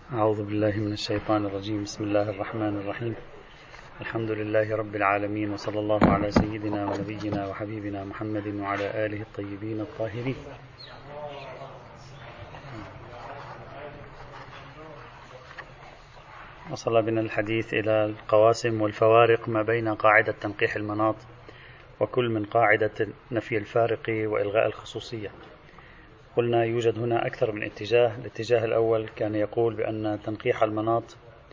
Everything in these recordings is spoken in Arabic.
أعوذ بالله من الشيطان الرجيم. بسم الله الرحمن الرحيم. الحمد لله رب العالمين، وصلى الله على سيدنا ونبينا وحبيبنا محمد وعلى آله الطيبين الطاهرين. وصل بنا الحديث إلى القواسم والفوارق ما بين قاعدة تنقيح المناط وكل من قاعدة نفي الفارق وإلغاء الخصوصية. قلنا يوجد هنا أكثر من اتجاه. الاتجاه الأول كان يقول بأن تنقيح المناط،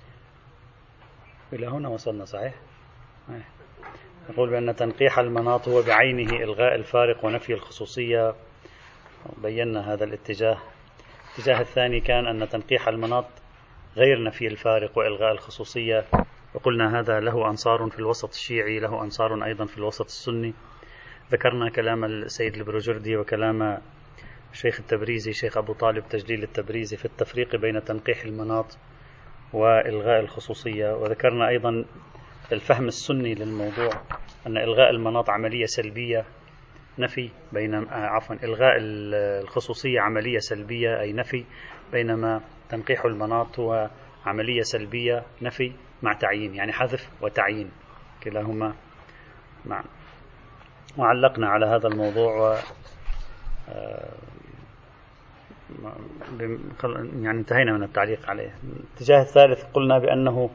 إلى هنا وصلنا صحيح؟ يقول بأن تنقيح المناط هو بعينه إلغاء الفارق ونفي الخصوصية. بينا هذا الاتجاه. الاتجاه الثاني كان أن تنقيح المناط غير نفي الفارق وإلغاء الخصوصية، وقلنا هذا له أنصار في الوسط الشيعي، له أنصار أيضا في الوسط السني. ذكرنا كلام السيد البروجردي وكلام الشيخ التبريزي، شيخ أبو طالب تجليل التبريزي، في التفريق بين تنقيح المناط وإلغاء الخصوصية. وذكرنا أيضا الفهم السني للموضوع، أن إلغاء المناط عملية سلبية نفي، إلغاء الخصوصية عملية سلبية أي نفي، بينما تنقيح المناط هو عملية سلبية نفي مع تعيين، يعني حذف وتعيين كلاهما معا. وعلقنا على هذا الموضوع يعني انتهينا من التعليق عليه. الاتجاه الثالث قلنا بأنه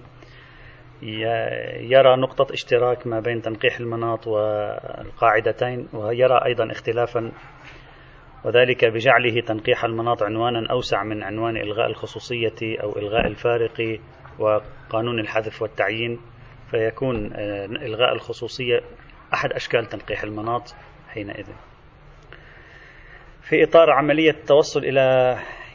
يرى نقطة اشتراك ما بين تنقيح المناط والقاعدتين، ويرى أيضا اختلافا، وذلك بجعله تنقيح المناط عنوانا أوسع من عنوان إلغاء الخصوصية أو إلغاء الفارق وقانون الحذف والتعيين، فيكون إلغاء الخصوصية أحد أشكال تنقيح المناط حينئذ. في إطار عملية التوصل إلى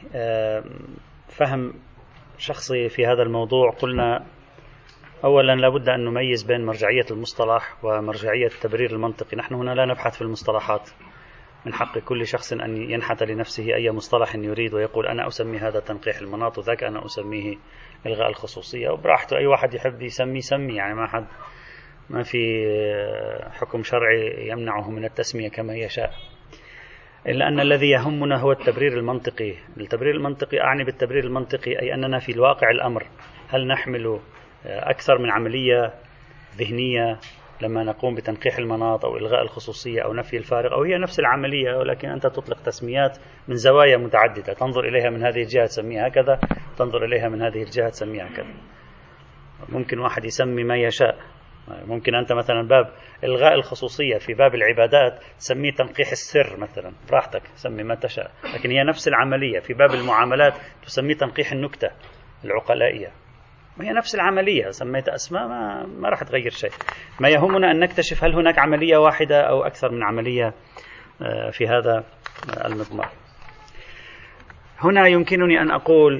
فهم شخصي في هذا الموضوع، قلنا أولا لابد أن نميز بين مرجعية المصطلح ومرجعية التبرير المنطقي. نحن هنا لا نبحث في المصطلحات، من حق كل شخص أن ينحت لنفسه أي مصطلح يريد ويقول أنا أسمي هذا تنقيح المناط وذاك أنا أسميه إلغاء الخصوصية، وبراحته أي واحد يحب يسمي، يعني ما في حكم شرعي يمنعه من التسمية كما يشاء. إلا أن الذي يهمنا هو التبرير المنطقي. التبرير المنطقي أعني بالتبرير المنطقي أي أننا في الواقع الأمر هل نحمل أكثر من عملية ذهنية لما نقوم بتنقيح المناط أو إلغاء الخصوصية أو نفي الفارق، أو هي نفس العملية ولكن أنت تطلق تسميات من زوايا متعددة، تنظر إليها من هذه الجهة تسميها كذا، تنظر إليها من هذه الجهة تسميها كذا. ممكن واحد يسمي ما يشاء. ممكن أنت مثلا باب إلغاء الخصوصية في باب العبادات تسميه تنقيح السر مثلا، براحتك سمي ما تشاء، لكن هي نفس العملية. في باب المعاملات تسميه تنقيح النكتة العقلائية، وهي نفس العملية، سميت أسماء ما راح تغير شيء. ما يهمنا أن نكتشف هل هناك عملية واحدة أو أكثر من عملية في هذا المضمار. هنا يمكنني أن أقول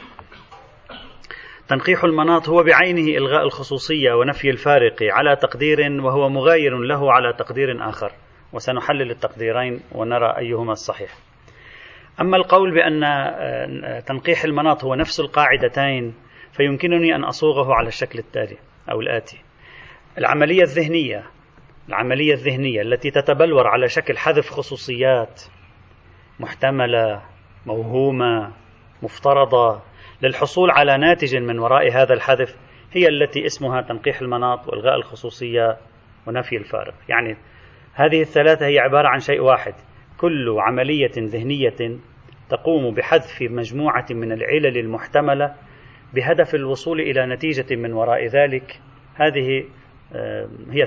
تنقيح المناط هو بعينه إلغاء الخصوصية ونفي الفارق على تقدير، وهو مغاير له على تقدير آخر، وسنحلل التقديرين ونرى أيهما الصحيح. أما القول بأن تنقيح المناط هو نفس القاعدتين فيمكنني أن أصوغه على الشكل التالي أو الآتي. العملية الذهنية التي تتبلور على شكل حذف خصوصيات محتملة موهومة مفترضة للحصول على ناتج من وراء هذا الحذف هي التي اسمها تنقيح المناط وإلغاء الخصوصية ونفي الفارق. يعني هذه الثلاثة هي عبارة عن شيء واحد، كل عملية ذهنية تقوم بحذف مجموعة من العلل المحتملة بهدف الوصول إلى نتيجة من وراء ذلك. هذه هي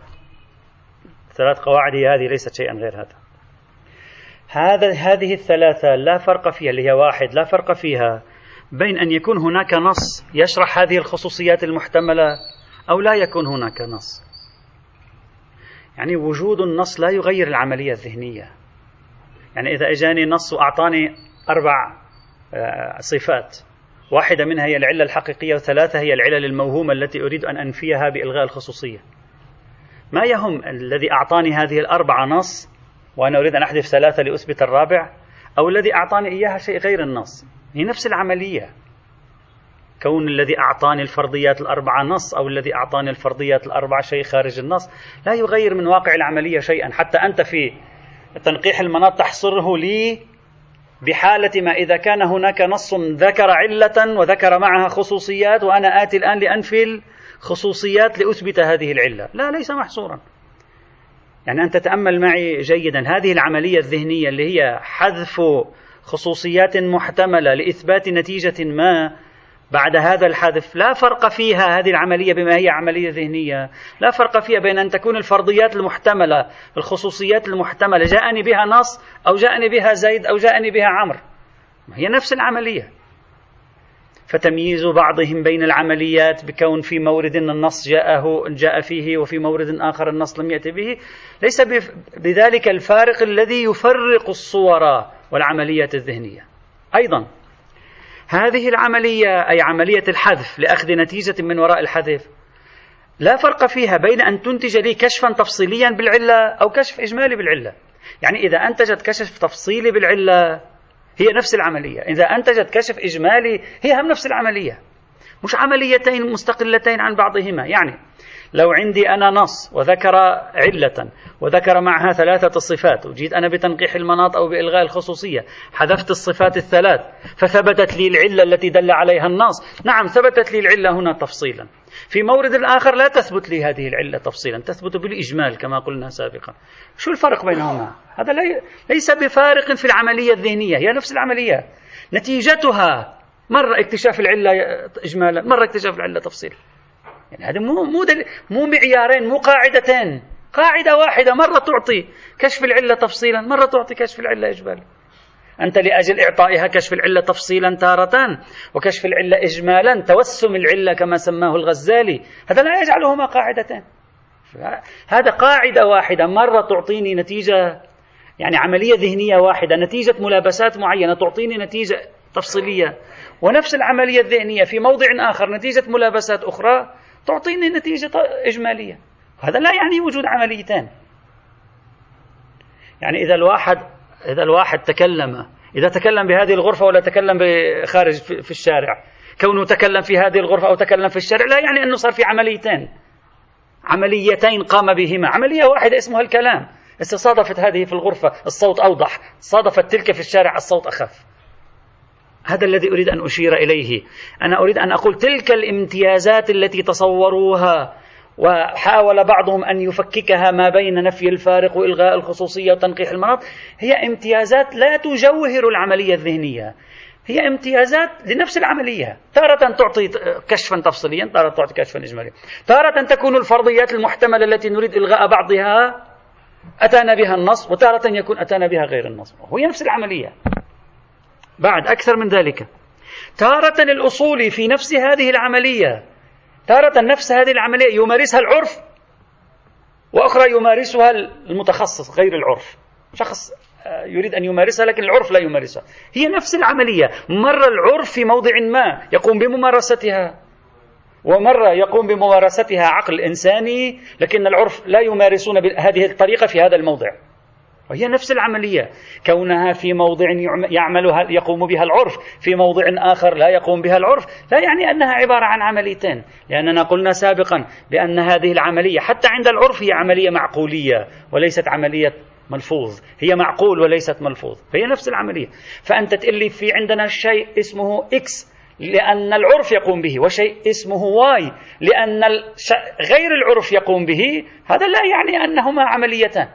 ثلاث قواعد، هذه ليست شيئا غير هذا. هذه الثلاثة لا فرق فيها، اللي هي واحد، لا فرق فيها بين أن يكون هناك نص يشرح هذه الخصوصيات المحتملة أو لا يكون هناك نص. يعني وجود النص لا يغير العملية الذهنية. يعني إذا أجاني نص وأعطاني 4 صفات، واحدة منها هي العلة الحقيقية وثلاثة هي العلل الموهومة التي أريد أن أنفيها بإلغاء الخصوصية، ما يهم الذي أعطاني هذه 4 نص وأنا أريد أن أحذف 3 لأثبت الرابع، أو الذي أعطاني إياها شيء غير النص. هي نفس العملية. كون الذي أعطاني الفرضيات 4 نص أو الذي أعطاني الفرضيات 4 شيء خارج النص لا يغير من واقع العملية شيئا. حتى أنت في تنقيح المناط تحصره لي بحالة ما إذا كان هناك نص ذكر علة وذكر معها خصوصيات، وأنا آتي الآن لأنفي الخصوصيات لأثبت هذه العلة. لا، ليس محصورا. يعني أن تتأمل معي جيدا هذه العملية الذهنية اللي هي حذف خصوصيات محتملة لإثبات نتيجة ما. بعد هذا الحذف لا فرق فيها، هذه العملية بما هي عملية ذهنية لا فرق فيها بين أن تكون الفرضيات المحتملة، الخصوصيات المحتملة جاءني بها نص أو جاءني بها زيد أو جاءني بها عمرو، هي نفس العملية. فتمييز بعضهم بين العمليات بكون في مورد النص جاء فيه وفي مورد آخر النص لم يأتي به ليس بذلك الفارق الذي يفرق الصور والعمليات الذهنية. أيضا هذه العملية أي عملية الحذف لأخذ نتيجة من وراء الحذف لا فرق فيها بين أن تنتج لي كشفا تفصيليا بالعلة أو كشف إجمالي بالعلة. يعني إذا أنتجت كشف تفصيلي بالعلة هي نفس العملية، إذا أنتجت كشف إجمالي هي هم نفس العملية، مش عمليتين مستقلتين عن بعضهما. يعني لو عندي أنا نص وذكر علة وذكر معها 3 صفات، وجيت أنا بتنقيح المناط أو بإلغاء الخصوصية حذفت الصفات ال3 فثبتت لي العلة التي دل عليها النص، نعم ثبتت لي العلة هنا تفصيلا. في مورد الآخر لا تثبت لي هذه العلة تفصيلا، تثبت بالإجمال كما قلنا سابقا. شو الفرق بينهما؟ هذا ليس بفارق في العملية الذهنية، هي نفس العملية، نتيجتها مرة اكتشاف العلة إجمالا، مرة اكتشاف العلة تفصيلا. يعني هذا مو معيارين، مو قاعدتين، قاعدة واحدة، مرة تعطي كشف العلة تفصيلا، مرة تعطي كشف العلة إجمالا. أنت لأجل إعطائها كشف العلة تفصيلا تارة وكشف العلة إجمالا، توسم العلة كما سماه الغزالي، هذا لا يجعلهما قاعدتين. هذا قاعدة واحدة مرة تعطيني نتيجة، يعني عملية ذهنية واحدة، نتيجة ملابسات معينة تعطيني نتيجة تفصيلية، ونفس العملية الذهنية في موضع آخر نتيجة ملابسات أخرى تعطيني نتيجة إجمالية. هذا لا يعني وجود عمليتين. يعني إذا الواحد تكلم بهذه الغرفة ولا تكلم خارج في الشارع، كونه تكلم في هذه الغرفة أو تكلم في الشارع لا يعني أنه صار في عمليتين قام بهما. عملية واحدة اسمها الكلام، صادفت هذه في الغرفة الصوت أوضح، صادفت تلك في الشارع الصوت أخف. هذا الذي أريد أن أشير إليه. أنا أريد أن أقول تلك الامتيازات التي تصوروها وحاول بعضهم أن يفككها ما بين نفي الفارق وإلغاء الخصوصية وتنقيح المناط، هي امتيازات لا تجوهر العملية الذهنية، هي امتيازات لنفس العملية. تارة تعطي كشفا تفصيليا، تارة تعطي كشفا إجماليا، تارة تكون الفرضيات المحتملة التي نريد إلغاء بعضها أتانا بها النص، وتارة يكون أتانا بها غير النص، وهي نفس العملية. بعد أكثر من ذلك، تارة الأصولي في نفس هذه العملية، تارة نفس هذه العملية يمارسها العرف، وأخرى يمارسها المتخصص غير العرف، شخص يريد أن يمارسها لكن العرف لا يمارسها. هي نفس العملية، مرة العرف في موضع ما يقوم بممارستها، ومرة يقوم بممارستها عقل إنساني، لكن العرف لا يمارسون بهذه الطريقة في هذا الموضع. وهي نفس العملية، كونها في موضع يقوم بها العرف في موضع آخر لا يقوم بها العرف، لا يعني أنها عبارة عن عمليتين، لأننا قلنا سابقا بأن هذه العملية حتى عند العرف هي عملية معقولية وليست عملية ملفوظ، هي معقول وليست ملفوظ، فهي نفس العملية. فأنت تقلي في عندنا شيء اسمه إكس لأن العرف يقوم به، وشيء اسمه واي لأن غير العرف يقوم به، هذا لا يعني أنهما عمليتان،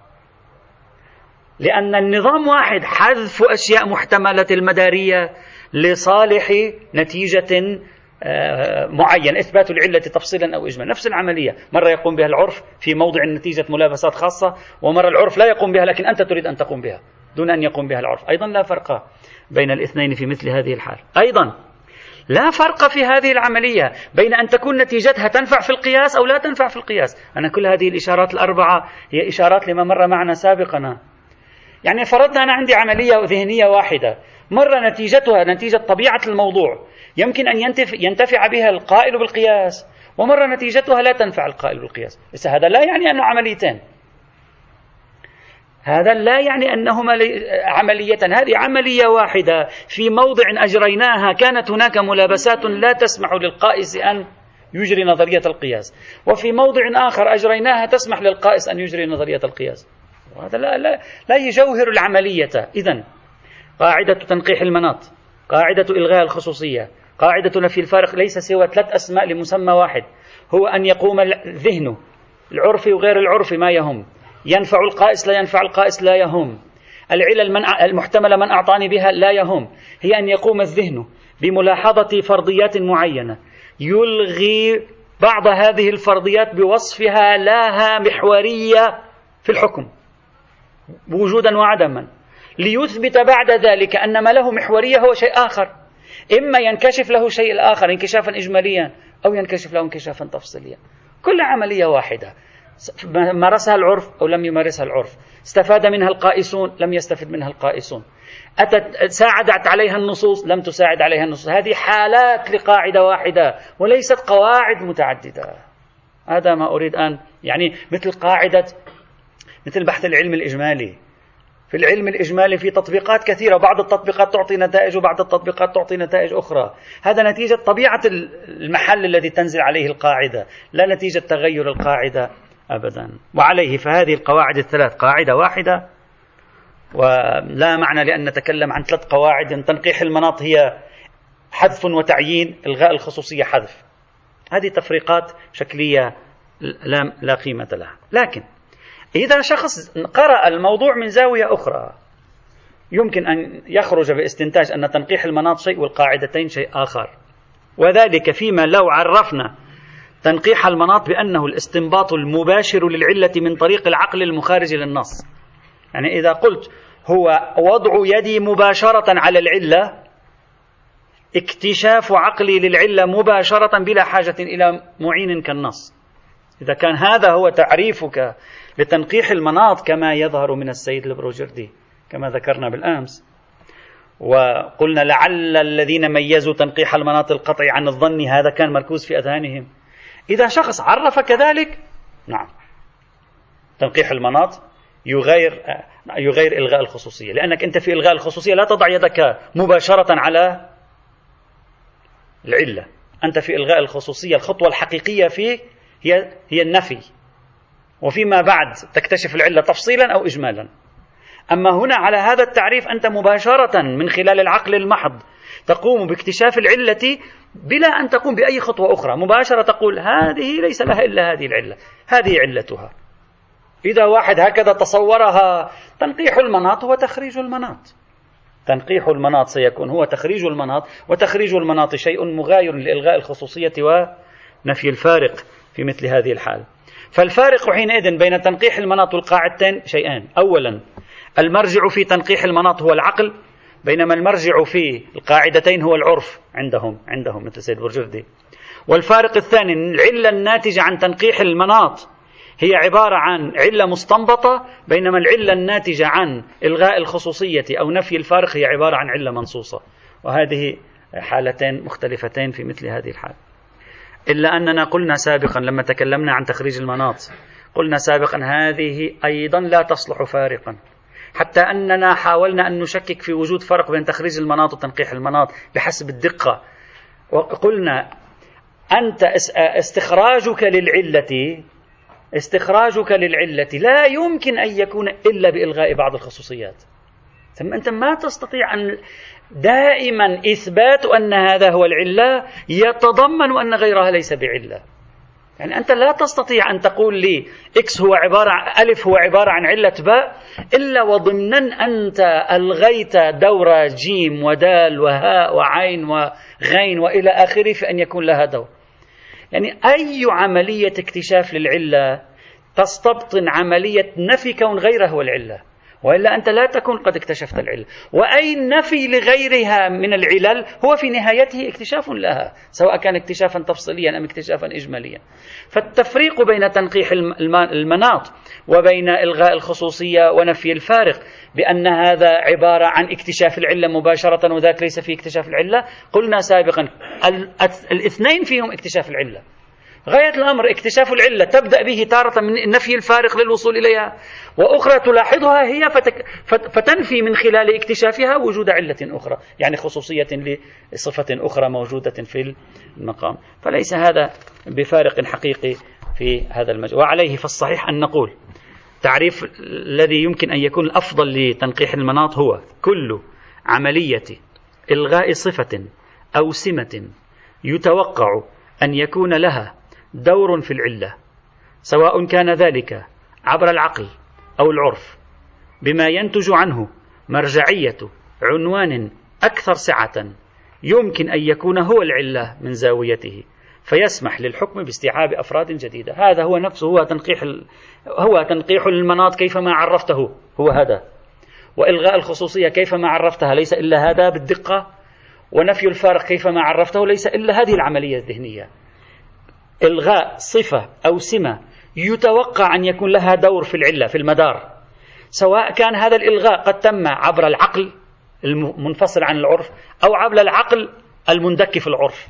لأن النظام واحد، حذف أشياء محتملة المدارية لصالح نتيجة معين، إثبات العلة تفصيلا أو إجمالا، نفس العملية. مرة يقوم بها العرف في موضع نتيجة ملابسات خاصة، ومرة العرف لا يقوم بها لكن أنت تريد أن تقوم بها دون أن يقوم بها العرف. أيضا لا فرق بين الاثنين في مثل هذه الحال. أيضا لا فرق في هذه العملية بين أن تكون نتيجتها تنفع في القياس أو لا تنفع في القياس. أنا كل هذه الإشارات الأربعة هي إشارات لما مر معنا سابقا. يعني فرضنا أنا عندي عملية ذهنية واحدة، مرة نتيجتها نتيجة طبيعة الموضوع يمكن أن ينتفع بها القائل بالقياس، ومرة نتيجتها لا تنفع القائل بالقياس. بس هذا لا يعني أنه عمليتين، هذا لا يعني أنهما عمليتان، هذه عملية واحدة في موضع أجريناها كانت هناك ملابسات لا تسمح للقائس أن يجري نظرية القياس، وفي موضع آخر أجريناها تسمح للقائس أن يجري نظرية القياس. وهذا لا يجوهر العملية. إذن قاعدة تنقيح المناط، قاعدة إلغاء الخصوصية، قاعدة نفي الفارق، ليس سوى 3 أسماء لمسمى واحد، هو أن يقوم الذهن العرفي وغير العرفي ما يهم، ينفع القائس لا ينفع القائس لا يهم، العلل المحتملة من أعطاني بها لا يهم، هي أن يقوم الذهن بملاحظة فرضيات معينة يلغي بعض هذه الفرضيات بوصفها لها محورية في الحكم وجودا وعدما، ليثبت بعد ذلك أن ما له محورية هو شيء آخر، إما ينكشف له شيء الآخر انكشافا إجماليا أو ينكشف له انكشافا تفصيليا. كل عملية واحدة مارسها العرف أو لم يمارسها العرف، استفاد منها القائسون لم يستفد منها القائسون، ساعدت عليها النصوص لم تساعد عليها النصوص، هذه حالات لقاعدة واحدة وليست قواعد متعددة. هذا ما أريد أن يعني مثل بحث العلم الإجمالي. في العلم الإجمالي في تطبيقات كثيرة، بعض التطبيقات تعطي نتائج وبعض التطبيقات تعطي نتائج أخرى، هذا نتيجة طبيعة المحل الذي تنزل عليه القاعدة، لا نتيجة تغير القاعدة أبدا. وعليه فهذه القواعد الثلاث قاعدة واحدة، ولا معنى لأن نتكلم عن 3 قواعد. تنقيح المناط هي حذف وتعيين، إلغاء الخصوصية حذف، هذه تفريقات شكلية لا قيمة لها. لكن إذا شخص قرأ الموضوع من زاوية أخرى يمكن أن يخرج باستنتاج أن تنقيح المناط شيء والقاعدتين شيء آخر، وذلك فيما لو عرفنا تنقيح المناط بأنه الاستنباط المباشر للعلة من طريق العقل المخارج للنص. يعني إذا قلت هو وضع يدي مباشرة على العلة، اكتشاف عقلي للعلة مباشرة بلا حاجة إلى معين كالنص، إذا كان هذا هو تعريفك لتنقيح المناط كما يظهر من السيد البروجردي كما ذكرنا بالأمس، وقلنا لعل الذين ميزوا تنقيح المناط القطعي عن الظن هذا كان مركوز في أذهانهم، إذا شخص عرف كذلك نعم تنقيح المناط يغير إلغاء الخصوصية، لأنك أنت في إلغاء الخصوصية لا تضع يدك مباشرة على العلة، أنت في إلغاء الخصوصية الخطوة الحقيقية فيه هي النفي، وفيما بعد تكتشف العلة تفصيلا أو إجمالا. أما هنا على هذا التعريف أنت مباشرة من خلال العقل المحض تقوم باكتشاف العلة بلا أن تقوم بأي خطوة أخرى، مباشرة تقول هذه ليس لها إلا هذه العلة، هذه علتها. إذا واحد هكذا تصورها، تنقيح المناط هو تخريج المناط، تنقيح المناط سيكون هو تخريج المناط، وتخريج المناط شيء مغاير لإلغاء الخصوصية ونفي الفارق في مثل هذه الحال. فالفارق حينئذ بين تنقيح المناط والقاعدتين شيئان: أولا المرجع في تنقيح المناط هو العقل، بينما المرجع في القاعدتين هو العرف عندهم مثل سيد بروجردي. والفارق الثاني العلة الناتجة عن تنقيح المناط هي عبارة عن علة مستنبطة، بينما العلة الناتجة عن إلغاء الخصوصية أو نفي الفارق هي عبارة عن علة منصوصة، وهذه حالتين مختلفتين في مثل هذه الحال. إلا أننا قلنا سابقا لما تكلمنا عن تخريج المناط، قلنا سابقا هذه أيضا لا تصلح فارقا، حتى أننا حاولنا أن نشكك في وجود فرق بين تخريج المناط وتنقيح المناط بحسب الدقة، وقلنا أنت استخراجك للعلة لا يمكن أن يكون إلا بإلغاء بعض الخصوصيات. ثم أنت ما تستطيع أن دائما إثبات أن هذا هو العلة يتضمن أن غيرها ليس بعلة. يعني أنت لا تستطيع أن تقول لي ألف هو عبارة عن علة باء إلا وضمنا أنت ألغيت دور جيم ودال وهاء وعين وغين وإلى آخره في أن يكون لها دور. يعني أي عملية اكتشاف للعلة تستبطن عملية نفي كون غيره هو العلة، وإلا أنت لا تكون قد اكتشفت العلة. وأي نفي لغيرها من العلل هو في نهايته اكتشاف لها، سواء كان اكتشافا تفصيليا أم اكتشافا إجماليا. فالتفريق بين تنقيح المناط وبين إلغاء الخصوصية ونفي الفارق بأن هذا عبارة عن اكتشاف العلة مباشرة وذاك ليس فيه اكتشاف العلة، قلنا سابقا الاثنين فيهم اكتشاف العلة. غاية الأمر اكتشاف العلة تبدأ به تارة من نفي الفارق للوصول إليها، وأخرى تلاحظها هي فتنفي من خلال اكتشافها وجود علة أخرى، يعني خصوصية لصفة أخرى موجودة في المقام. فليس هذا بفارق حقيقي في هذا المجال. وعليه فالصحيح أن نقول تعريف الذي يمكن أن يكون الأفضل لتنقيح المناط هو كل عملية إلغاء صفة أو سمة يتوقع أن يكون لها دور في العلة، سواء كان ذلك عبر العقل أو العرف، بما ينتج عنه مرجعية عنوان أكثر سعة يمكن أن يكون هو العلة من زاويته، فيسمح للحكم باستيعاب أفراد جديدة. هذا هو نفسه هو تنقيح المناط كيفما عرفته هو هذا، وإلغاء الخصوصية كيفما عرفتها ليس إلا هذا بالدقة، ونفي الفارق كيفما عرفته ليس إلا هذه العملية الذهنية. إلغاء صفة أو سمة يتوقع أن يكون لها دور في العلة في المدار، سواء كان هذا الإلغاء قد تم عبر العقل المنفصل عن العرف أو عبر العقل المندك في العرف،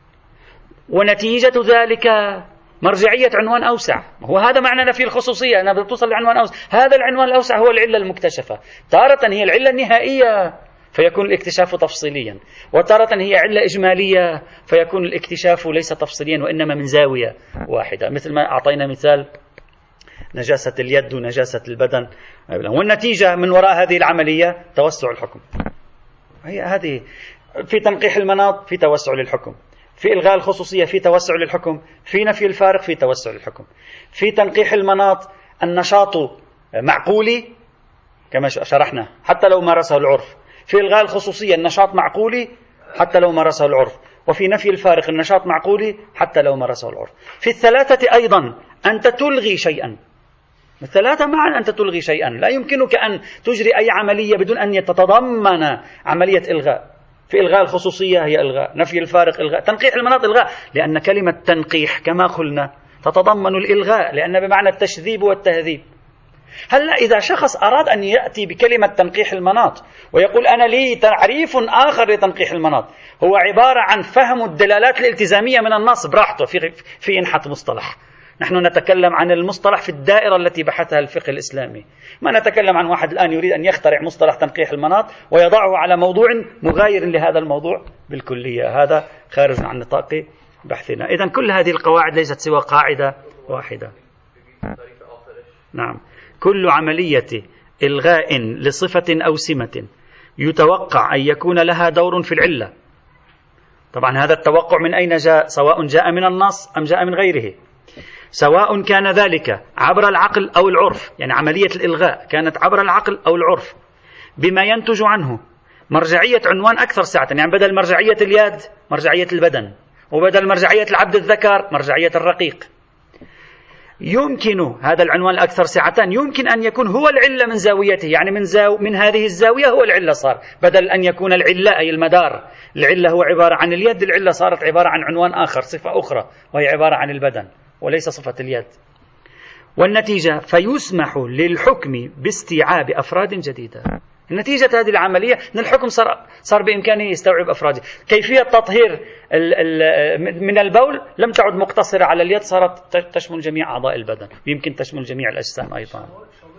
ونتيجة ذلك مرجعية عنوان أوسع. هو هذا معنى نفي الخصوصية، أنا بتوصل لعنوان أوسع. هذا العنوان الأوسع هو العلة المكتشفة، تارة هي العلة النهائية فيكون الاكتشاف تفصيليا، وتارة هي علة إجمالية فيكون الاكتشاف ليس تفصيليا وإنما من زاوية واحدة، مثل ما أعطينا مثال نجاسة اليد ونجاسة البدن، والنتيجة من وراء هذه العملية توسع الحكم. هي هذه في تنقيح المناط في توسع للحكم، في إلغاء الخصوصية في توسع للحكم، في نفي الفارق في توسع للحكم. في تنقيح المناط النشاط معقولي كما شرحنا حتى لو مارسه العرف، في إلغاء الخصوصية النشاط معقولي حتى لو مارسه العرف، وفي نفي الفارق النشاط معقولي حتى لو مارسه العرف. في الثلاثة أيضا أنت تلغي شيئا، الثلاثة معا أنت تلغي شيئا، لا يمكنك أن تجري أي عملية بدون أن تتضمن عملية إلغاء. في إلغاء الخصوصية هي إلغاء، نفي الفارق إلغاء، تنقيح المناط إلغاء، لأن كلمة تنقيح كما قلنا تتضمن الإلغاء، لأن بمعنى التشذيب والتهذيب. هلا إذا شخص أراد أن يأتي بكلمة تنقيح المناط ويقول أنا لي تعريف آخر لتنقيح المناط، هو عبارة عن فهم الدلالات الالتزامية من النص براحته في إنحة مصطلح. نحن نتكلم عن المصطلح في الدائرة التي بحثها الفقه الإسلامي، ما نتكلم عن واحد الآن يريد أن يخترع مصطلح تنقيح المناط ويضعه على موضوع مغاير لهذا الموضوع بالكلية، هذا خارج عن نطاق بحثنا. إذن كل هذه القواعد ليست سوى قاعدة واحدة. نعم، كل عملية إلغاء لصفة أو سمة يتوقع أن يكون لها دور في العلة. طبعا هذا التوقع من أين جاء؟ سواء جاء من النص أم جاء من غيره، سواء كان ذلك عبر العقل أو العرف، يعني عملية الإلغاء كانت عبر العقل أو العرف، بما ينتج عنه مرجعية عنوان أكثر سعة، يعني بدل مرجعية اليد مرجعية البدن، وبدل مرجعية العبد الذكر مرجعية الرقيق. يمكن هذا العنوان الأكثر سعة يمكن أن يكون هو العلة من زاويته، يعني من هذه الزاوية هو العلة صار، بدل أن يكون العلة أي المدار، العلة هو عبارة عن اليد، العلة صارت عبارة عن عنوان آخر، صفة أخرى وهي عبارة عن البدن وليس صفة اليد. والنتيجة فيسمح للحكم باستيعاب أفراد جديدة. نتيجة هذه العملية أن الحكم صار بإمكانه يستوعب أفراد. كيفية تطهير من البول لم تعد مقتصرة على اليد، صارت تشمل جميع أعضاء البدن، ويمكن تشمل جميع الأجسام أيضا.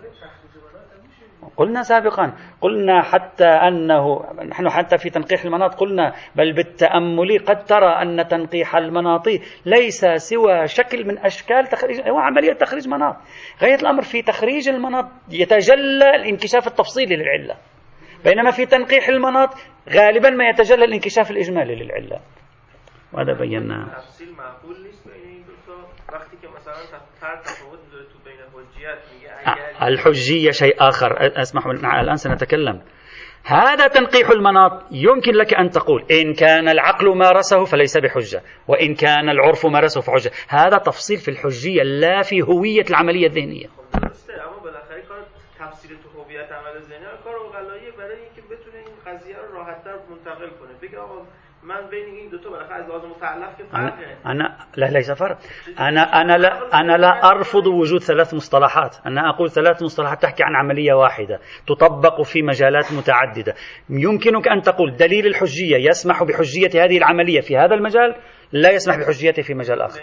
قلنا سابقا، قلنا حتى أنه نحن حتى في تنقيح المناط قلنا بل بالتأمل قد ترى أن تنقيح المناط ليس سوى شكل من أشكال تخريج، هو عملية تخريج مناط. غاية الأمر في تخريج المناط يتجلى الانكشاف التفصيلي للعلة، بينما في تنقيح المناط غالبا ما يتجلى الانكشاف الإجمالي للعلة، وهذا بينا. الحجية شيء آخر، اسمح الآن سنتكلم. هذا تنقيح المناط يمكن لك أن تقول إن كان العقل مارسه فليس بحجة، وإن كان العرف مارسه فحجة. هذا تفصيل في الحجية لا في هوية العملية الذهنية. من بين این دو تا بالاخره از لازم متعلق که فرقه. لا ليس فرق. أنا لا أرفض وجود ثلاث مصطلحات، أنا أقول ثلاث مصطلحات تحكي عن عملية واحدة تطبق في مجالات متعددة. يمكنك أن تقول دليل الحجية يسمح بحجية هذه العملية في هذا المجال، لا يسمح بحجيته في مجال آخر.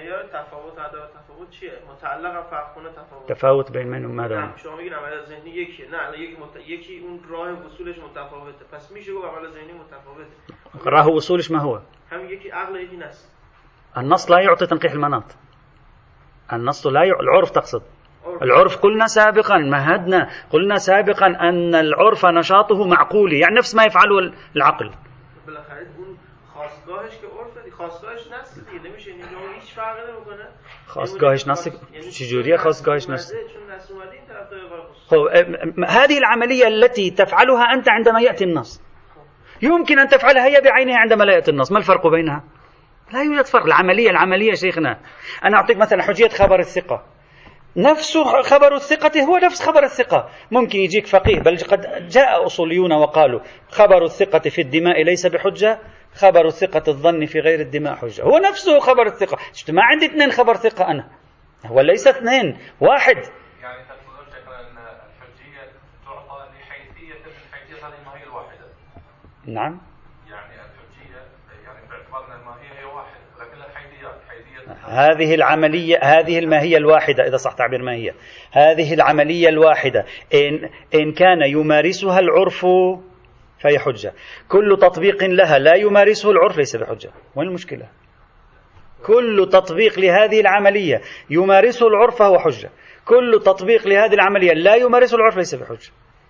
تفاوت بين من وماذا؟ شما میگین عمل ذهنی یکیه، نه یکی اون راه وصولش متفاوته، پس میشه گفت عمل ذهنی متفاوته. راه وصولش ما هو؟ هم یکی عقل یکی نص. النص لا يعطي تنقيح المناط، النص لا العرف تقصد. العرف قلنا سابقا، مهدنا قلنا سابقا أن العرف نشاطه معقولي، يعني نفس ما يفعله العقل. خاصگاهش نص چجوریه خاصگاهش نص؟ هذه العملية التي تفعلها أنت عندما يأتي النص يمكن أن تفعلها هي بعينها عندما لا يأتي النص. ما الفرق بينها؟ لا يوجد فرق. العملية شيخنا، أنا أعطيك مثلا حجية خبر الثقة، نفس خبر الثقة هو نفس خبر الثقة. ممكن يجيك فقيه، بل قد جاء أصوليون وقالوا خبر الثقة في الدماء ليس بحجة، خبر الثقة الظن في غير الدماء حجة. هو نفسه خبر الثقة. ما عندي اثنين خبر ثقة أنا، هو ليس اثنين، واحد. يعني تقصدون شكرا أن الحجية تعطى لحيثية من حيثية هذه الماهية الواحدة. نعم، يعني الحجية يعني باعتبار أن الماهية هي واحدة، لكن الحيثيات هذه العملية، هذه الماهية الواحدة، إذا صح تعبير ماهية، هذه العملية الواحدة إن كان يمارسها العرف فهي حجة. كل تطبيق لها لا يمارسه العرف ليس بحجة. وين المشكلة؟ كل تطبيق لهذه العملية يمارسه العرف فهو حجة، كل تطبيق لهذه العملية لا يمارسه العرف ليس بحجة.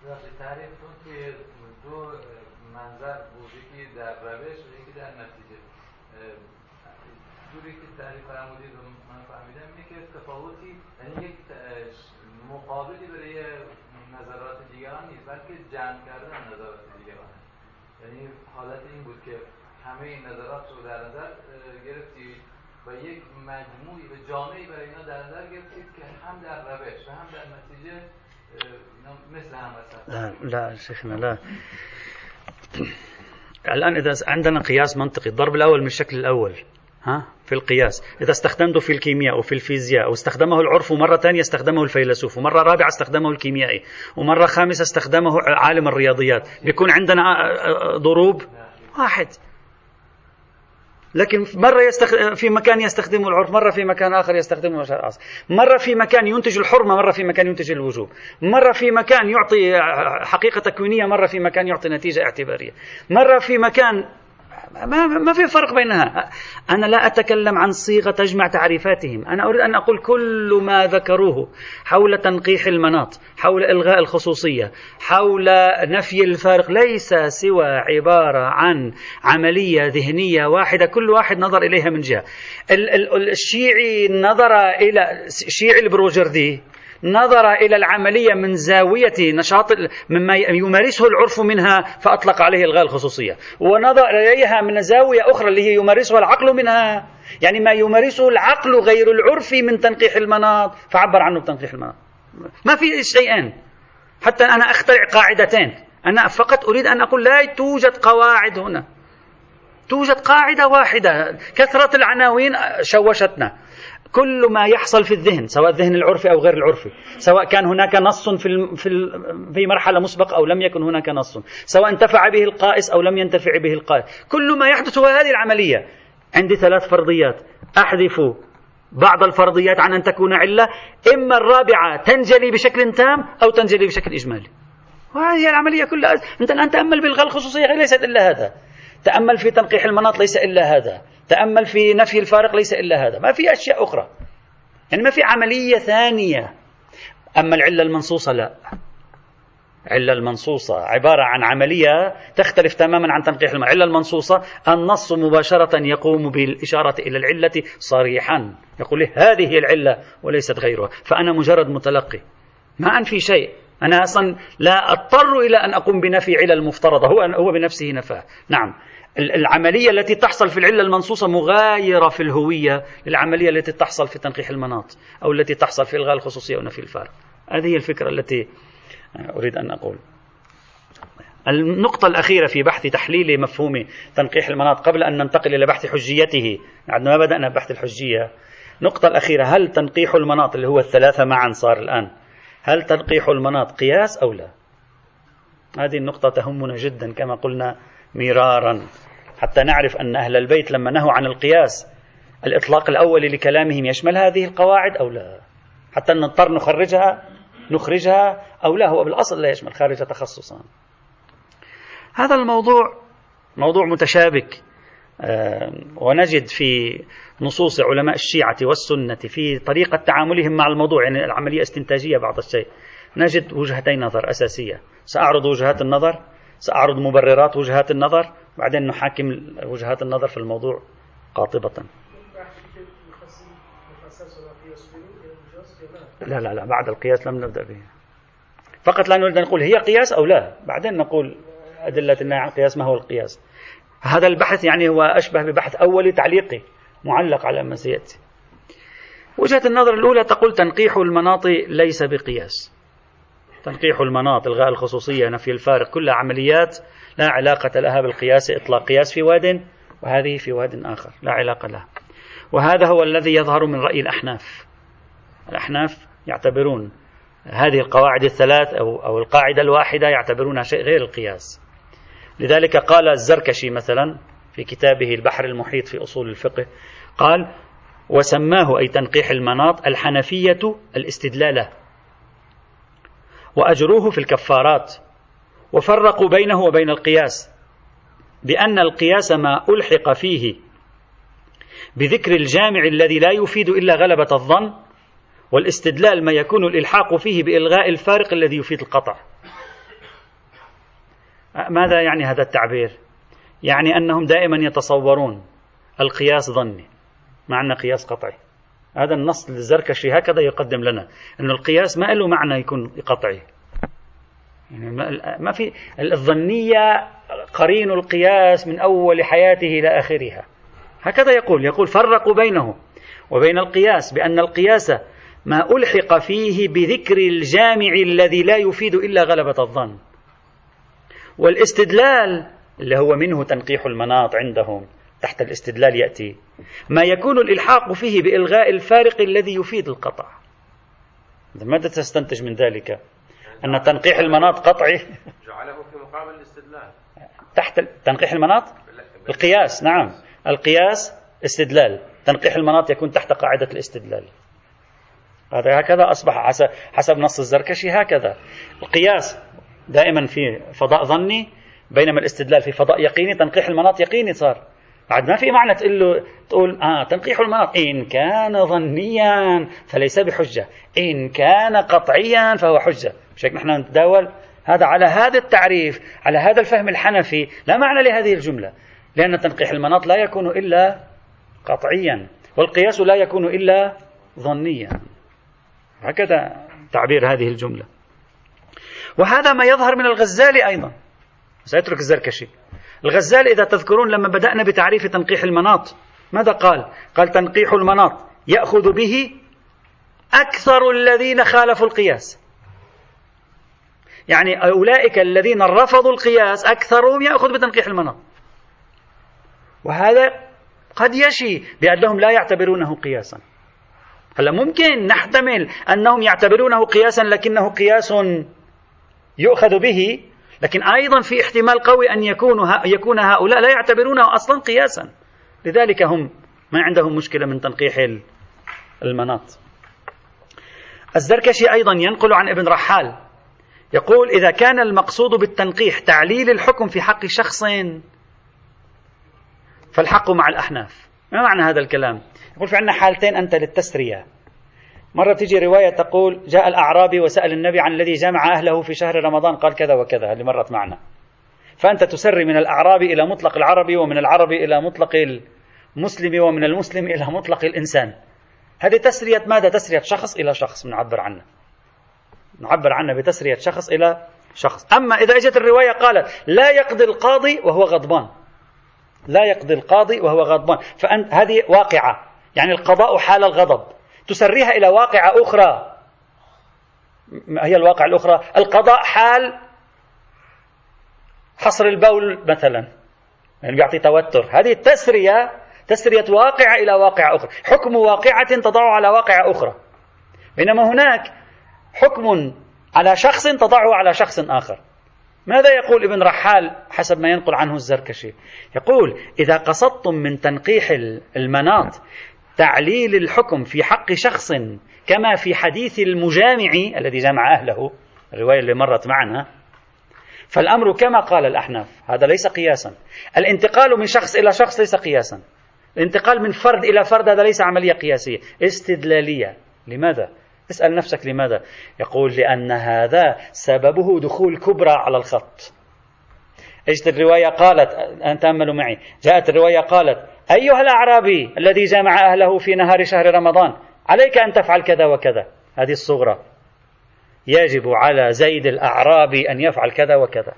مقابلی برای نظرات دیگران نیست، بلکه جمع کردن نظرات دیگران. یعنی حالت این بود که همه این نظرات رو در نظر گرفتید و یک مجموعی و جامعی برای اینا در نظر گرفتید که هم در روش و هم در نتیجه اینا مثل هم هستند. لا شيخنا لا. الآن إذا عندنا قياس منطقي، الضرب الأول من الشكل الأول في القياس، إذا استخدمته في الكيمياء وفي الفيزياء، واستخدمه العرف، ومرة ثانية استخدمه الفيلسوف، ومرة رابعة استخدمه الكيميائي، ومرة خامسة استخدمه عالم الرياضيات، بيكون عندنا ضروب واحد. لكن مرة في مكان يستخدمه العرف، مرة في مكان آخر يستخدمه الشرع، مرة في مكان ينتج الحرمة، مرة في مكان ينتج الوجوب، مرة في مكان يعطي حقيقة تكوينية، مرة في مكان يعطي نتيجة اعتبارية، مرة في مكان ما في فرق بينها. أنا لا أتكلم عن صيغة تجمع تعريفاتهم، أنا أريد أن أقول كل ما ذكروه حول تنقيح المناط، حول إلغاء الخصوصية، حول نفي الفارق، ليس سوى عبارة عن عملية ذهنية واحدة كل واحد نظر إليها من جهة. الشيعي نظر إلى الشيعي البروجردي نظر إلى العملية من زاوية نشاط مما يمارسه العرف منها فأطلق عليه إلغاء الخصوصية، ونظر إليها من زاوية أخرى اللي هي يمارسها العقل منها، يعني ما يمارسه العقل غير العرف من تنقيح المناط فعبر عنه بتنقيح المناط. ما في شيئين، حتى أنا أخترع قاعدتين، أنا فقط أريد أن أقول لا توجد قواعد هنا، توجد قاعدة واحدة. كثرة العناوين شوشتنا. كل ما يحصل في الذهن، سواء الذهن العرفي أو غير العرفي، سواء كان هناك نص في مرحلة مسبقة أو لم يكن هناك نص، سواء انتفع به القائس أو لم ينتفع به القائس، كل ما يحدث هو هذه العملية. عندي 3 فرضيات، أحذف بعض الفرضيات عن أن تكون علة، إما الرابعة تنجلي بشكل تام أو تنجلي بشكل إجمالي، وهذه العملية كلها. أنت الآن تأمل بالغاء الخصوصية ليست إلا هذا، تأمل في تنقيح المناط ليس إلا هذا، تأمل في نفي الفارق ليس إلا هذا، ما في أشياء أخرى، يعني ما في عملية ثانية. أما العلة المنصوصة لا، علة المنصوصة عبارة عن عملية تختلف تماما عن تنقيح المناط. العلة المنصوصة النص مباشرة يقوم بالإشارة إلى العلة صريحا، يقول لي هذه هي العلة وليست غيرها، فأنا مجرد متلقي ما أنفي شيء، أنا أصلا لا أضطر إلى أن أقوم بنفي علة المفترضة، هو بنفسه نفاه. نعم، العملية التي تحصل في العلة المنصوصة مغايرة في الهوية للعملية التي تحصل في تنقيح المناط أو التي تحصل في إلغاء الخصوصية ونفي الفارق. هذه هي الفكرة التي أريد أن أقول. النقطة الأخيرة في بحث تحليل مفهوم تنقيح المناط قبل أن ننتقل إلى بحث حجيته، عندما بدأنا بحث الحجية، نقطة الأخيرة: هل تنقيح المناط اللي هو الثلاثة معا صار الآن، هل تنقيح المناط قياس أو لا؟ هذه النقطة تهمنا جدا كما قلنا مرارا، حتى نعرف أن أهل البيت لما نهوا عن القياس الإطلاق الأول لكلامهم يشمل هذه القواعد أو لا، حتى نضطر نخرجها أو لا، هو بالأصل لا يشمل، خارج تخصصا. هذا الموضوع موضوع متشابك، ونجد في نصوص علماء الشيعة والسنة في طريقة تعاملهم مع الموضوع، يعني العملية استنتاجية بعض الشيء، نجد وجهتين نظر أساسية. سأعرض وجهات النظر، سأعرض مبررات وجهات النظر، بعدين نحاكم وجهات النظر في الموضوع قاطبة. لا بعد القياس لم نبدأ به، فقط لا نريد أن نقول هي قياس أو لا، بعدين نقول أدلة النهي عن القياس، ما هو القياس. هذا البحث يعني هو أشبه ببحث أولي تعليقي معلق على ما سيأتي. وجهة النظر الأولى تقول تنقيح المناط ليس بقياس. تنقيح المناط، إلغاء الخصوصية، نفي الفارق، كلها عمليات لا علاقة لها بالقياس، إطلاق قياس في واد وهذه في واد آخر لا علاقة لها. وهذا هو الذي يظهر من رأي الأحناف. الأحناف يعتبرون هذه القواعد الثلاث أو القاعدة الواحدة يعتبرونها شيء غير القياس. لذلك قال الزركشي مثلا في كتابه البحر المحيط في أصول الفقه، قال وسماه أي تنقيح المناط الحنفية الاستدلالة، وأجروه في الكفارات، وفرقوا بينه وبين القياس بأن القياس ما ألحق فيه بذكر الجامع الذي لا يفيد إلا غلبة الظن، والاستدلال ما يكون الإلحاق فيه بإلغاء الفارق الذي يفيد القطع. ماذا يعني هذا التعبير؟ يعني أنهم دائما يتصورون القياس ظني مع أن قياس قطعي. هذا النص للزركشي هكذا يقدم لنا أن القياس ما له معنى يكون قطعي، يعني ما في الظنية قرين القياس من أول حياته إلى آخرها، هكذا يقول فرقوا بينه وبين القياس بأن القياس ما ألحق فيه بذكر الجامع الذي لا يفيد إلا غلبة الظن، والاستدلال اللي هو منه تنقيح المناط عندهم، تحت الاستدلال يأتي ما يكون الإلحاق فيه بإلغاء الفارق الذي يفيد القطع. ماذا تستنتج من ذلك؟ أن تنقيح المناط قطعي، جعله في مقابل الاستدلال تحت تنقيح المناط القياس. نعم، القياس استدلال، تنقيح المناط يكون تحت قاعدة الاستدلال. هكذا أصبح حسب نص الزركشي، هكذا القياس دائما في فضاء ظني، بينما الاستدلال في فضاء يقيني. تنقيح المناط يقيني صار، بعد ما في معنى تقول تنقيح المناط إن كان ظنيا فليس بحجة، إن كان قطعيا فهو حجة. مش هيك نحن نتداول هذا على هذا التعريف، على هذا الفهم الحنفي. لا معنى لهذه الجملة، لأن تنقيح المناط لا يكون إلا قطعيا، والقياس لا يكون إلا ظنيا. هكذا تعبير هذه الجملة. وهذا ما يظهر من الغزالي أيضا، سيترك الزركشي. الغزالي إذا تذكرون لما بدأنا بتعريف تنقيح المناط ماذا قال؟ قال تنقيح المناط يأخذ به أكثر الذين خالفوا القياس، يعني أولئك الذين رفضوا القياس أكثرهم يأخذ بتنقيح المناط. وهذا قد يشي بأنهم لا يعتبرونه قياسا. هلا ممكن نحتمل أنهم يعتبرونه قياسا لكنه قياس يؤخذ به، لكن أيضا في احتمال قوي أن يكون هؤلاء لا يعتبرونه أصلا قياسا، لذلك هم ما عندهم مشكلة من تنقيح المناط. الزركشي أيضا ينقل عن ابن رحال يقول إذا كان المقصود بالتنقيح تعليل الحكم في حق شخص فالحق مع الأحناف. ما معنى هذا الكلام؟ يقول في عندنا حالتين أنت للتسرية. مرة تيجي رواية تقول جاء الأعرابي وسأل النبي عن الذي جمع أهله في شهر رمضان قال كذا وكذا، اللي مرت معنا. فأنت تسري من الأعرابي إلى مطلق العربي، ومن العربي إلى مطلق المسلم، ومن المسلم إلى مطلق الإنسان. هذه تسرية ماذا؟ تسرية شخص إلى شخص نعبر عنه بتسرية شخص إلى شخص. أما إذا اجت الرواية قالت لا يقضي القاضي وهو غضبان، لا يقضي القاضي وهو غضبان، فأنت هذه واقعة، يعني القضاء حال الغضب، تسريها إلى واقعة أخرى. ما هي الواقعة الأخرى؟ القضاء حال حصر البول مثلا، يعني بيعطي توتر. هذه تسرية واقعة إلى واقعة أخرى، حكم واقعة تضع على واقعة أخرى. بينما هناك حكم على شخص تضعه على شخص آخر. ماذا يقول ابن رحال حسب ما ينقل عنه الزركشي؟ يقول إذا قصدتم من تنقيح المناط تعليل الحكم في حق شخص كما في حديث المجامع الذي جمع أهله، الرواية اللي مرت معنا، فالأمر كما قال الأحناف، هذا ليس قياسا. الانتقال من شخص إلى شخص ليس قياسا. الانتقال من فرد إلى فرد هذا ليس عملية قياسية، استدلالية. لماذا؟ اسأل نفسك لماذا؟ يقول لأن هذا سببه دخول كبرى على الخط. اجت الرواية قالت، أن تأملوا معي، جاءت الرواية قالت: أيها الأعرابي الذي جامع أهله في نهار شهر رمضان عليك أن تفعل كذا وكذا. هذه الصغرى، يجب على زيد الأعرابي أن يفعل كذا وكذا.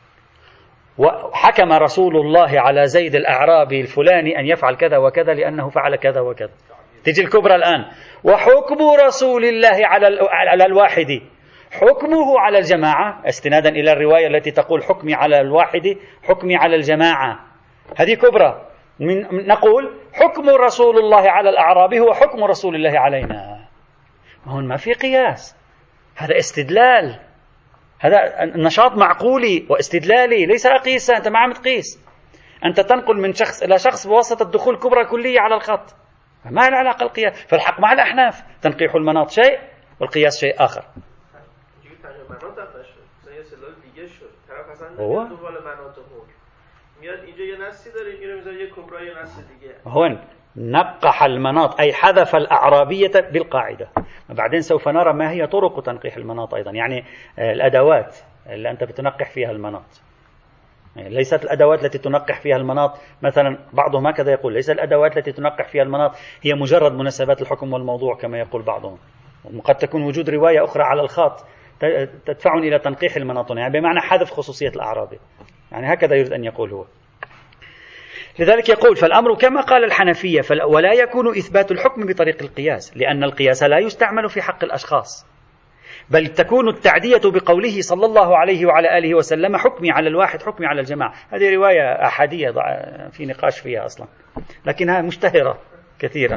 وحكم رسول الله على زيد الأعرابي الفلاني أن يفعل كذا وكذا لأنه فعل كذا وكذا. تجي الكبرى الآن: وحكم رسول الله على الواحد حكمه على الجماعة، استنادا إلى الرواية التي تقول حكمي على الواحد حكمي على الجماعة. هذه كبرى. نقول حكم رسول الله على الأعرابي هو حكم رسول الله علينا. هون ما في قياس، هذا استدلال، هذا نشاط معقولي واستدلالي، ليس قياسا. أنت ما عم تقيس، أنت تنقل من شخص إلى شخص بواسطة دخول كبرى كلية على الخط. ما له علاقة القياس. فالحق مع الأحناف، تنقيح المناط شيء والقياس شيء آخر. هون نقح المناط أي حذف الأعرابية بالقاعدة. بعدين سوف نرى ما هي طرق تنقيح المناط أيضا، يعني الأدوات اللي أنت بتنقح فيها المناط. ليست الأدوات التي تنقح فيها المناط، مثلا بعضهم هكذا يقول، ليس الأدوات التي تنقح فيها المناط هي مجرد مناسبات الحكم والموضوع كما يقول بعضهم. قد تكون وجود رواية أخرى على الخط تدفعني إلى تنقيح المناط، يعني بمعنى حذف خصوصية الأعرابي، يعني هكذا يريد أن يقول هو. لذلك يقول: فالأمر كما قال الحنفية، ولا يكون إثبات الحكم بطريق القياس، لأن القياس لا يستعمل في حق الأشخاص، بل تكون التعدية بقوله صلى الله عليه وعلى آله وسلم: حكمي على الواحد حكمي على الجماعة. هذه رواية أحادية في نقاش فيها أصلا، لكنها مشتهرة كثيرا.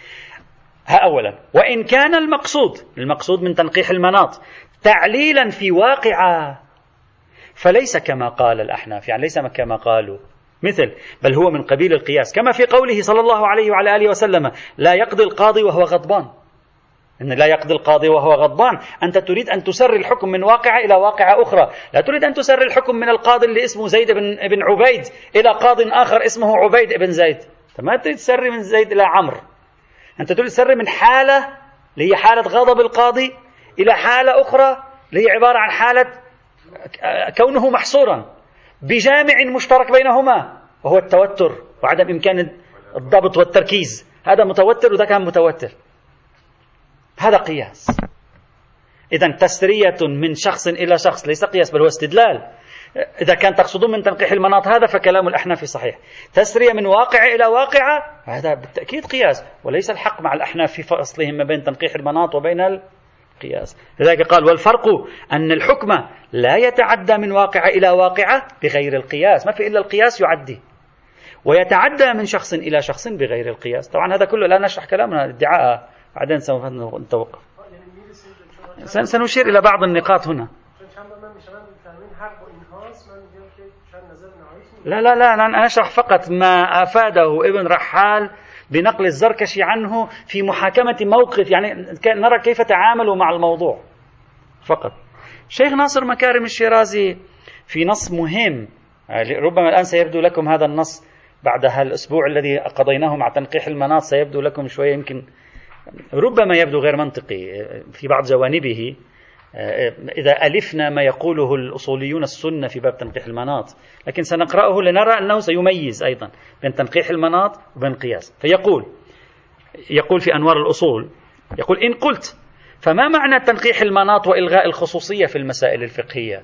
أولا، وإن كان المقصود من تنقيح المناط تعليلا في واقعة، فليس كما قال الأحناف، يعني ليس كما قالوا بل هو من قبيل القياس، كما في قوله صلى الله عليه وعلى آله وسلم: لا يقضي القاضي وهو غضبان. إن لا يقضي القاضي وهو غضبان، أنت تريد أن تسر الحكم من واقعة إلى واقعة أخرى، لا تريد أن تسر الحكم من القاضي اللي اسمه زيد بن عبيد إلى قاض آخر اسمه عبيد بن زيد. ما تريد تسر من زيد إلى عمرو، أنت تريد تسر من حالة اللي هي حالة غضب القاضي إلى حالة أخرى اللي هي عبارة عن حالة كونه محصورا بجامع مشترك بينهما، وهو التوتر وعدم إمكان الضبط والتركيز. هذا متوتر وذاك متوتر، هذا قياس. إذن تسرية من شخص إلى شخص ليس قياس بل هو استدلال. إذا كان تقصدون من تنقيح المناط هذا فكلام الأحناف صحيح. تسرية من واقع إلى واقعة هذا بالتأكيد قياس، وليس الحق مع الأحناف في فصلهم ما بين تنقيح المناط وبين القياس. لذلك قال: والفرق أن الحكم لا يتعدى من واقع إلى واقعة بغير القياس، ما في إلا القياس يعدي، ويتعدى من شخص إلى شخص بغير القياس. طبعا هذا كله لا نشرح كلامنا الادعاء، بعدين سوف نتوقف، سنشير إلى بعض النقاط هنا. لا أنا أشرح فقط ما أفاده ابن رحال بنقل الزركشي عنه في محاكمة موقف، يعني نرى كيف تعاملوا مع الموضوع فقط. شيخ ناصر مكارم الشيرازي في نص مهم، ربما الآن سيبدو لكم هذا النص بعد هالأسبوع الذي قضيناه مع تنقيح المناط سيبدو لكم شوية يمكن ربما يبدو غير منطقي في بعض جوانبه إذا ألفنا ما يقوله الأصوليون السنة في باب تنقيح المناط، لكن سنقرأه لنرى أنه سيميز أيضا بين تنقيح المناط وبين القياس. يقول في أنوار الأصول، يقول: إن قلت فما معنى تنقيح المناط وإلغاء الخصوصية في المسائل الفقهية؟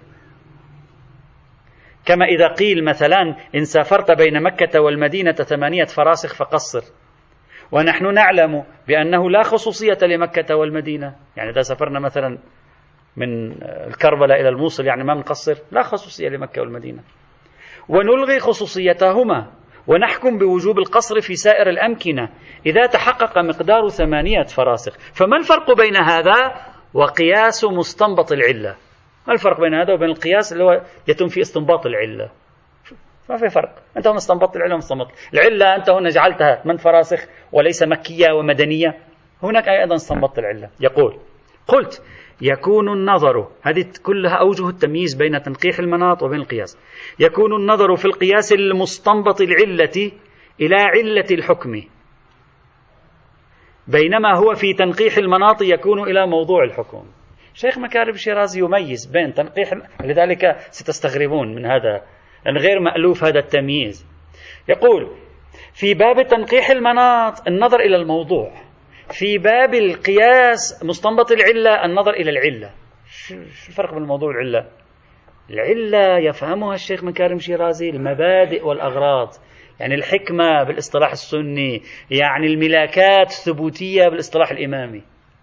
كما إذا قيل مثلا: إن سافرت بين مكة والمدينة 8 فراسخ فقصر، ونحن نعلم بأنه لا خصوصية لمكة والمدينة، يعني إذا سافرنا مثلا من الكربلاء إلى الموصل يعني ما نقصر، لا خصوصية لمكة والمدينة، ونلغي خصوصيتهما ونحكم بوجوب القصر في سائر الأمكنة إذا تحقق مقدار 8 فراسخ. فما الفرق بين هذا وقياس مستنبط العلة؟ ما الفرق بين هذا وبين القياس اللي هو يتم في استنباط العلة؟ ما في فرق. أنت هنا استنبطت العلة ومستنبط العلة، أنت هنا جعلتها 8 فراسخ وليس مكية ومدنية، هناك أيضا استنبطت العلة. يقول: قلت يكون النظر، هذه كلها أوجه التمييز بين تنقيح المناط وبين القياس. يكون النظر في القياس المستنبط العلة إلى علة الحكم، بينما هو في تنقيح المناط يكون إلى موضوع الحكم. شيخ مكارم الشيرازي يميز بين تنقيح، لذلك ستستغربون من هذا لأن غير مألوف هذا التمييز. يقول في باب تنقيح المناط النظر إلى الموضوع، في باب القياس مستنبط العلة النظر إلى العلة. شو الفرق بين الموضوع والعلة؟ العلة يفهمها الشيخ مكارم الشيرازي المبادئ والأغراض، يعني الحكمة بالاصطلاح السني، يعني الملاكات الثبوتية بالاصطلاح الإمامي.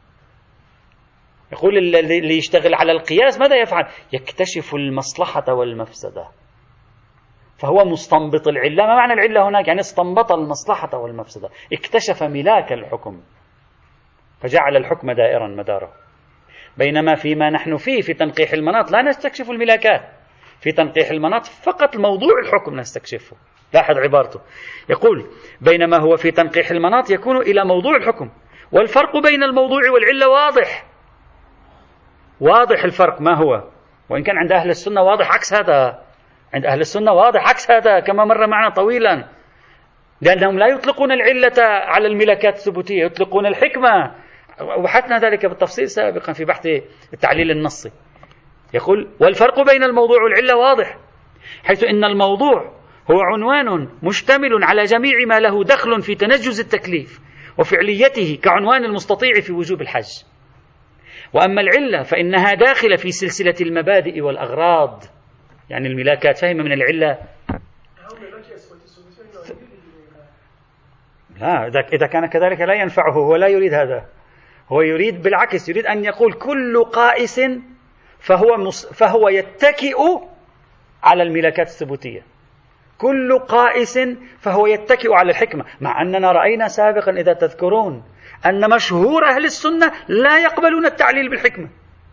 يقول اللي يشتغل على القياس ماذا يفعل؟ يكتشف المصلحة والمفسدة، فهو مستنبط العلة. ما معنى العلة هناك؟ يعني استنبط المصلحة والمفسدة، اكتشف ملاك الحكم فجعل الحكم دائرا مداره. بينما فيما نحن فيه في تنقيح المناط لا نستكشف الملاكات، في تنقيح المناط فقط موضوع الحكم نستكشفه. لاحظ عبارته، يقول بينما هو في تنقيح المناط يكون إلى موضوع الحكم، والفرق بين الموضوع والعلة واضح. واضح الفرق ما هو، وإن كان عند أهل السنة واضح عكس هذا. عند أهل السنة واضح عكس هذا كما مر معنا طويلا، لأنهم لا يطلقون العلة على الملاكات الثبوتية، يطلقون الحكمة، وبحثنا ذلك بالتفصيل سابقا في بحث التعليل النصي. يقول والفرق بين الموضوع والعلة واضح، حيث إن الموضوع هو عنوان مشتمل على جميع ما له دخل في تنجز التكليف وفعليته كعنوان المستطيع في وجوب الحج، وأما العلة فإنها داخلة في سلسلة المبادئ والأغراض. يعني الملاكات فهم من العلة. لا، إذا كان كذلك لا ينفعه، هو لا يريد هذا، هو يريد بالعكس، يريد أن يقول كل قائس فهو يتكئ على الملاكات الثبوتية، كل قائس فهو يتكئ على الحكمة، مع أننا رأينا سابقا إذا تذكرون أن مشهور أهل السنة لا يقبلون التعليل بالحكمة.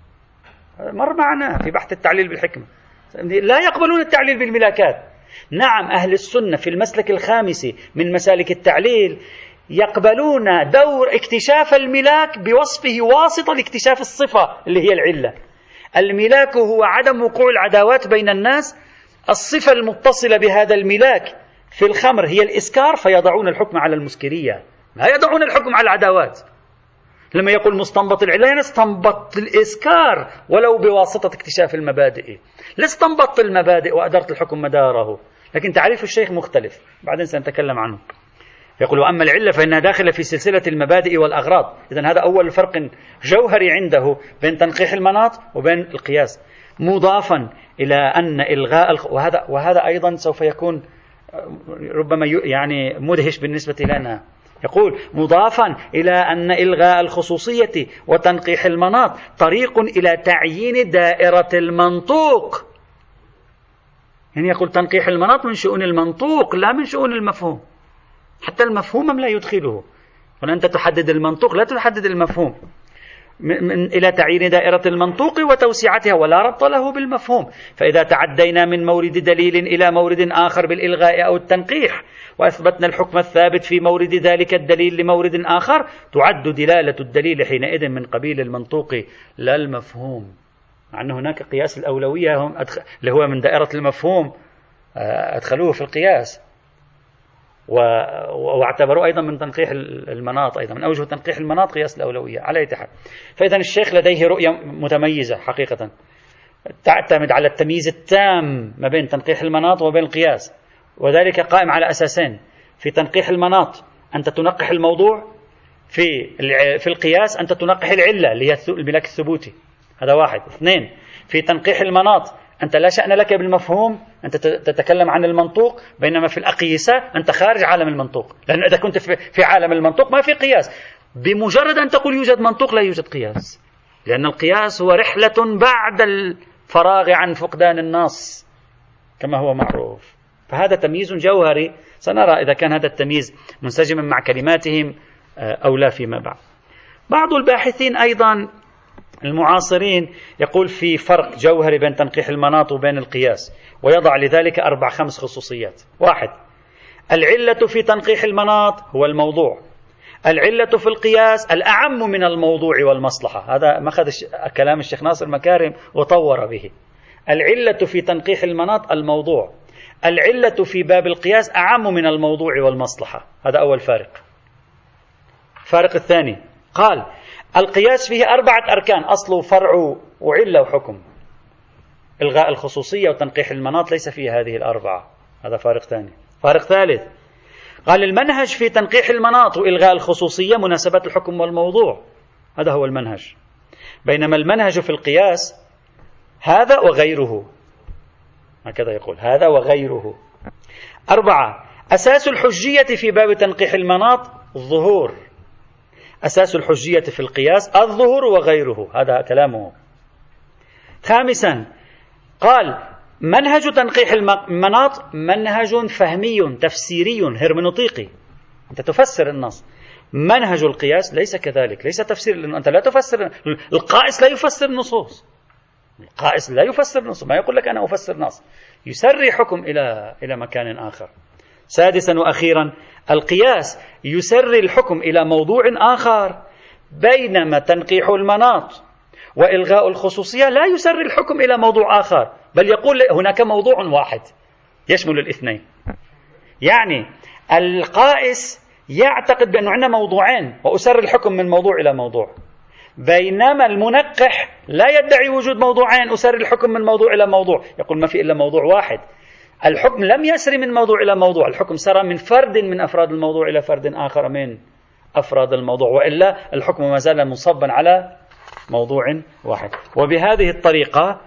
مر معنا في بحث التعليل بالحكمة، لا يقبلون التعليل بالملاكات. نعم أهل السنة في المسلك الخامس من مسالك التعليل يقبلون دور اكتشاف الملاك بوصفه واسطة لاكتشاف الصفة اللي هي العلة. الملاك هو عدم وقوع العداوات بين الناس، الصفة المتصلة بهذا الملاك في الخمر هي الإسكار، فيضعون الحكم على المسكرية، لا يضعون الحكم على العداوات. لما يقول مستنبط العلة يعني استنبط الإسكار ولو بواسطة اكتشاف المبادئ، لا استنبط المبادئ وأدرت الحكم مداره. لكن تعريف الشيخ مختلف، بعدين سنتكلم عنه. يقول وأما العلة فإنها داخلة في سلسلة المبادئ والأغراض. إذن هذا أول فرق جوهري عنده بين تنقيح المناط وبين القياس، مضافا إلى أن إلغاء وهذا أيضا سوف يكون ربما يعني مدهش بالنسبة لنا. يقول مضافا إلى أن إلغاء الخصوصية وتنقيح المناط طريق إلى تعيين دائرة المنطوق. يعني يقول تنقيح المناط من شؤون المنطوق لا من شؤون المفهوم، حتى المفهوم لا يدخله، وأنت تحدد المنطوق لا تحدد المفهوم. إلى تعيين دائرة المنطوق وتوسعتها ولا ربط له بالمفهوم. فإذا تعدينا من مورد دليل إلى مورد آخر بالإلغاء أو التنقيح وأثبتنا الحكم الثابت في مورد ذلك الدليل لمورد آخر، تعد دلالة الدليل حينئذ من قبيل المنطوق لا المفهوم. مع أن هناك قياس الأولوية اللي هو من دائرة المفهوم أدخلوه في القياس، واعتبروا أيضا من تنقيح المناط، أيضا من أوجه تنقيح المناط قياس الأولوية على اتحاد. فإذا الشيخ لديه رؤية متميزة حقيقة تعتمد على التمييز التام ما بين تنقيح المناط وبين القياس، وذلك قائم على أساسين. في تنقيح المناط أنت تنقح الموضوع، في القياس أنت تنقح العلة اللي هي الملاك الثبوتي. هذا واحد. اثنين، في تنقيح المناط أنت لا شأن لك بالمفهوم، أنت تتكلم عن المنطوق، بينما في الأقيسة أنت خارج عالم المنطوق، لأن إذا كنت في عالم المنطوق ما في قياس. بمجرد أن تقول يوجد منطوق لا يوجد قياس، لأن القياس هو رحلة بعد الفراغ عن فقدان النص كما هو معروف. فهذا تمييز جوهري، سنرى إذا كان هذا التمييز منسجما مع كلماتهم أو لا فيما بعد. بعض الباحثين أيضا المعاصرين يقول في فرق جوهري بين تنقيح المناط وبين القياس، ويضع لذلك 4-5 خصوصيات. واحد، العلة في تنقيح المناط هو الموضوع، العلة في القياس الأعم من الموضوع والمصلحة. هذا ما أخذ كلام الشيخ ناصر مكارم وطور به. العلة في تنقيح المناط الموضوع، العلة في باب القياس أعم من الموضوع والمصلحة. هذا أول فارق. الفارق الثاني قال القياس فيه 4 أركان، أصل وفرع وعلة وحكم. إلغاء الخصوصية وتنقيح المناط ليس فيه هذه ال4. هذا فارق ثاني. فارق ثالث قال المنهج في تنقيح المناط وإلغاء الخصوصية مناسبة الحكم والموضوع، هذا هو المنهج. بينما المنهج في القياس هذا وغيره، هكذا يقول هذا وغيره. 4 أساس الحجية في باب تنقيح المناط الظهور، أساس الحجية في القياس الظهور وغيره، هذا كلامه. 5 قال منهج تنقيح المناط منهج فهمي تفسيري هرمنوطيقي، أنت تفسر النص. منهج القياس ليس كذلك، ليس تفسير، لأنه أنت لا تفسر، القائس لا يفسر النصوص، القائس لا يفسر النصوص، ما يقول لك أنا أفسر نص، يسري حكم إلى مكان آخر. 6 وأخيرا القياس يسري الحكم إلى موضوع آخر، بينما تنقيح المناط وإلغاء الخصوصية لا يسري الحكم إلى موضوع آخر، بل يقول هناك موضوع واحد يشمل الاثنين. يعني القائس يعتقد بأنه عندنا موضوعين وأسري الحكم من موضوع إلى موضوع، بينما المنقح لا يدعي وجود موضوعين أسري الحكم من موضوع إلى موضوع، يقول ما في إلا موضوع واحد. الحكم لم يسري من موضوع إلى موضوع، الحكم سرى من فرد من أفراد الموضوع إلى فرد آخر من أفراد الموضوع، وإلا الحكم ما زال مصبا على موضوع واحد. وبهذه الطريقة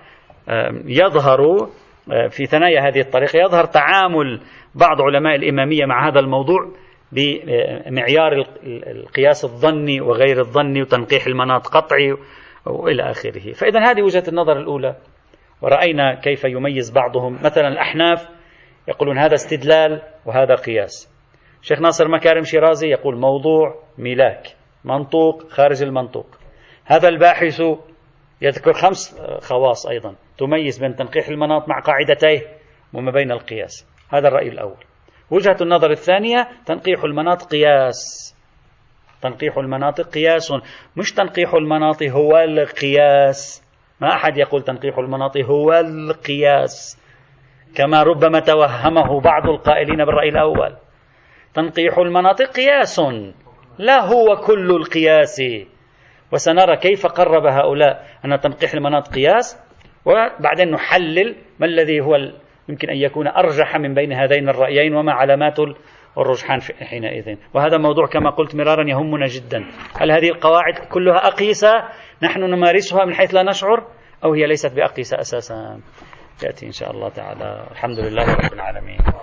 يظهر في ثنايا هذه الطريقة يظهر تعامل بعض علماء الإمامية مع هذا الموضوع بمعيار القياس الظني وغير الظني وتنقيح المناط قطعي وإلى آخره. فإذا هذه وجهة النظر الأولى، ورأينا كيف يميز بعضهم. مثلا الأحناف يقولون هذا استدلال وهذا قياس. شيخ ناصر مكارم شيرازي يقول موضوع ملاك، منطوق خارج المنطوق. هذا الباحث يذكر 5 خواص أيضا تميز بين تنقيح المناط مع قاعدتيه وما بين القياس. هذا الرأي الأول. وجهة النظر الثانية تنقيح المناط قياس، تنقيح المناط قياس، مش تنقيح المناط هو القياس. ما أحد يقول تنقيح المناط هو القياس كما ربما توهمه بعض القائلين بالرأي الأول. تنقيح المناط قياس لا هو كل القياس، وسنرى كيف قرب هؤلاء أن تنقيح المناط قياس، وبعدين نحلل ما الذي هو يمكن أن يكون أرجح من بين هذين الرأيين وما علامات الرجحان حينئذ. وهذا موضوع كما قلت مرارا يهمنا جدا. هل هذه القواعد كلها أقيسة نحن نمارسها من حيث لا نشعر، أو هي ليست بأقيسة أساسا؟ يأتي إن شاء الله تعالى. الحمد لله رب العالمين.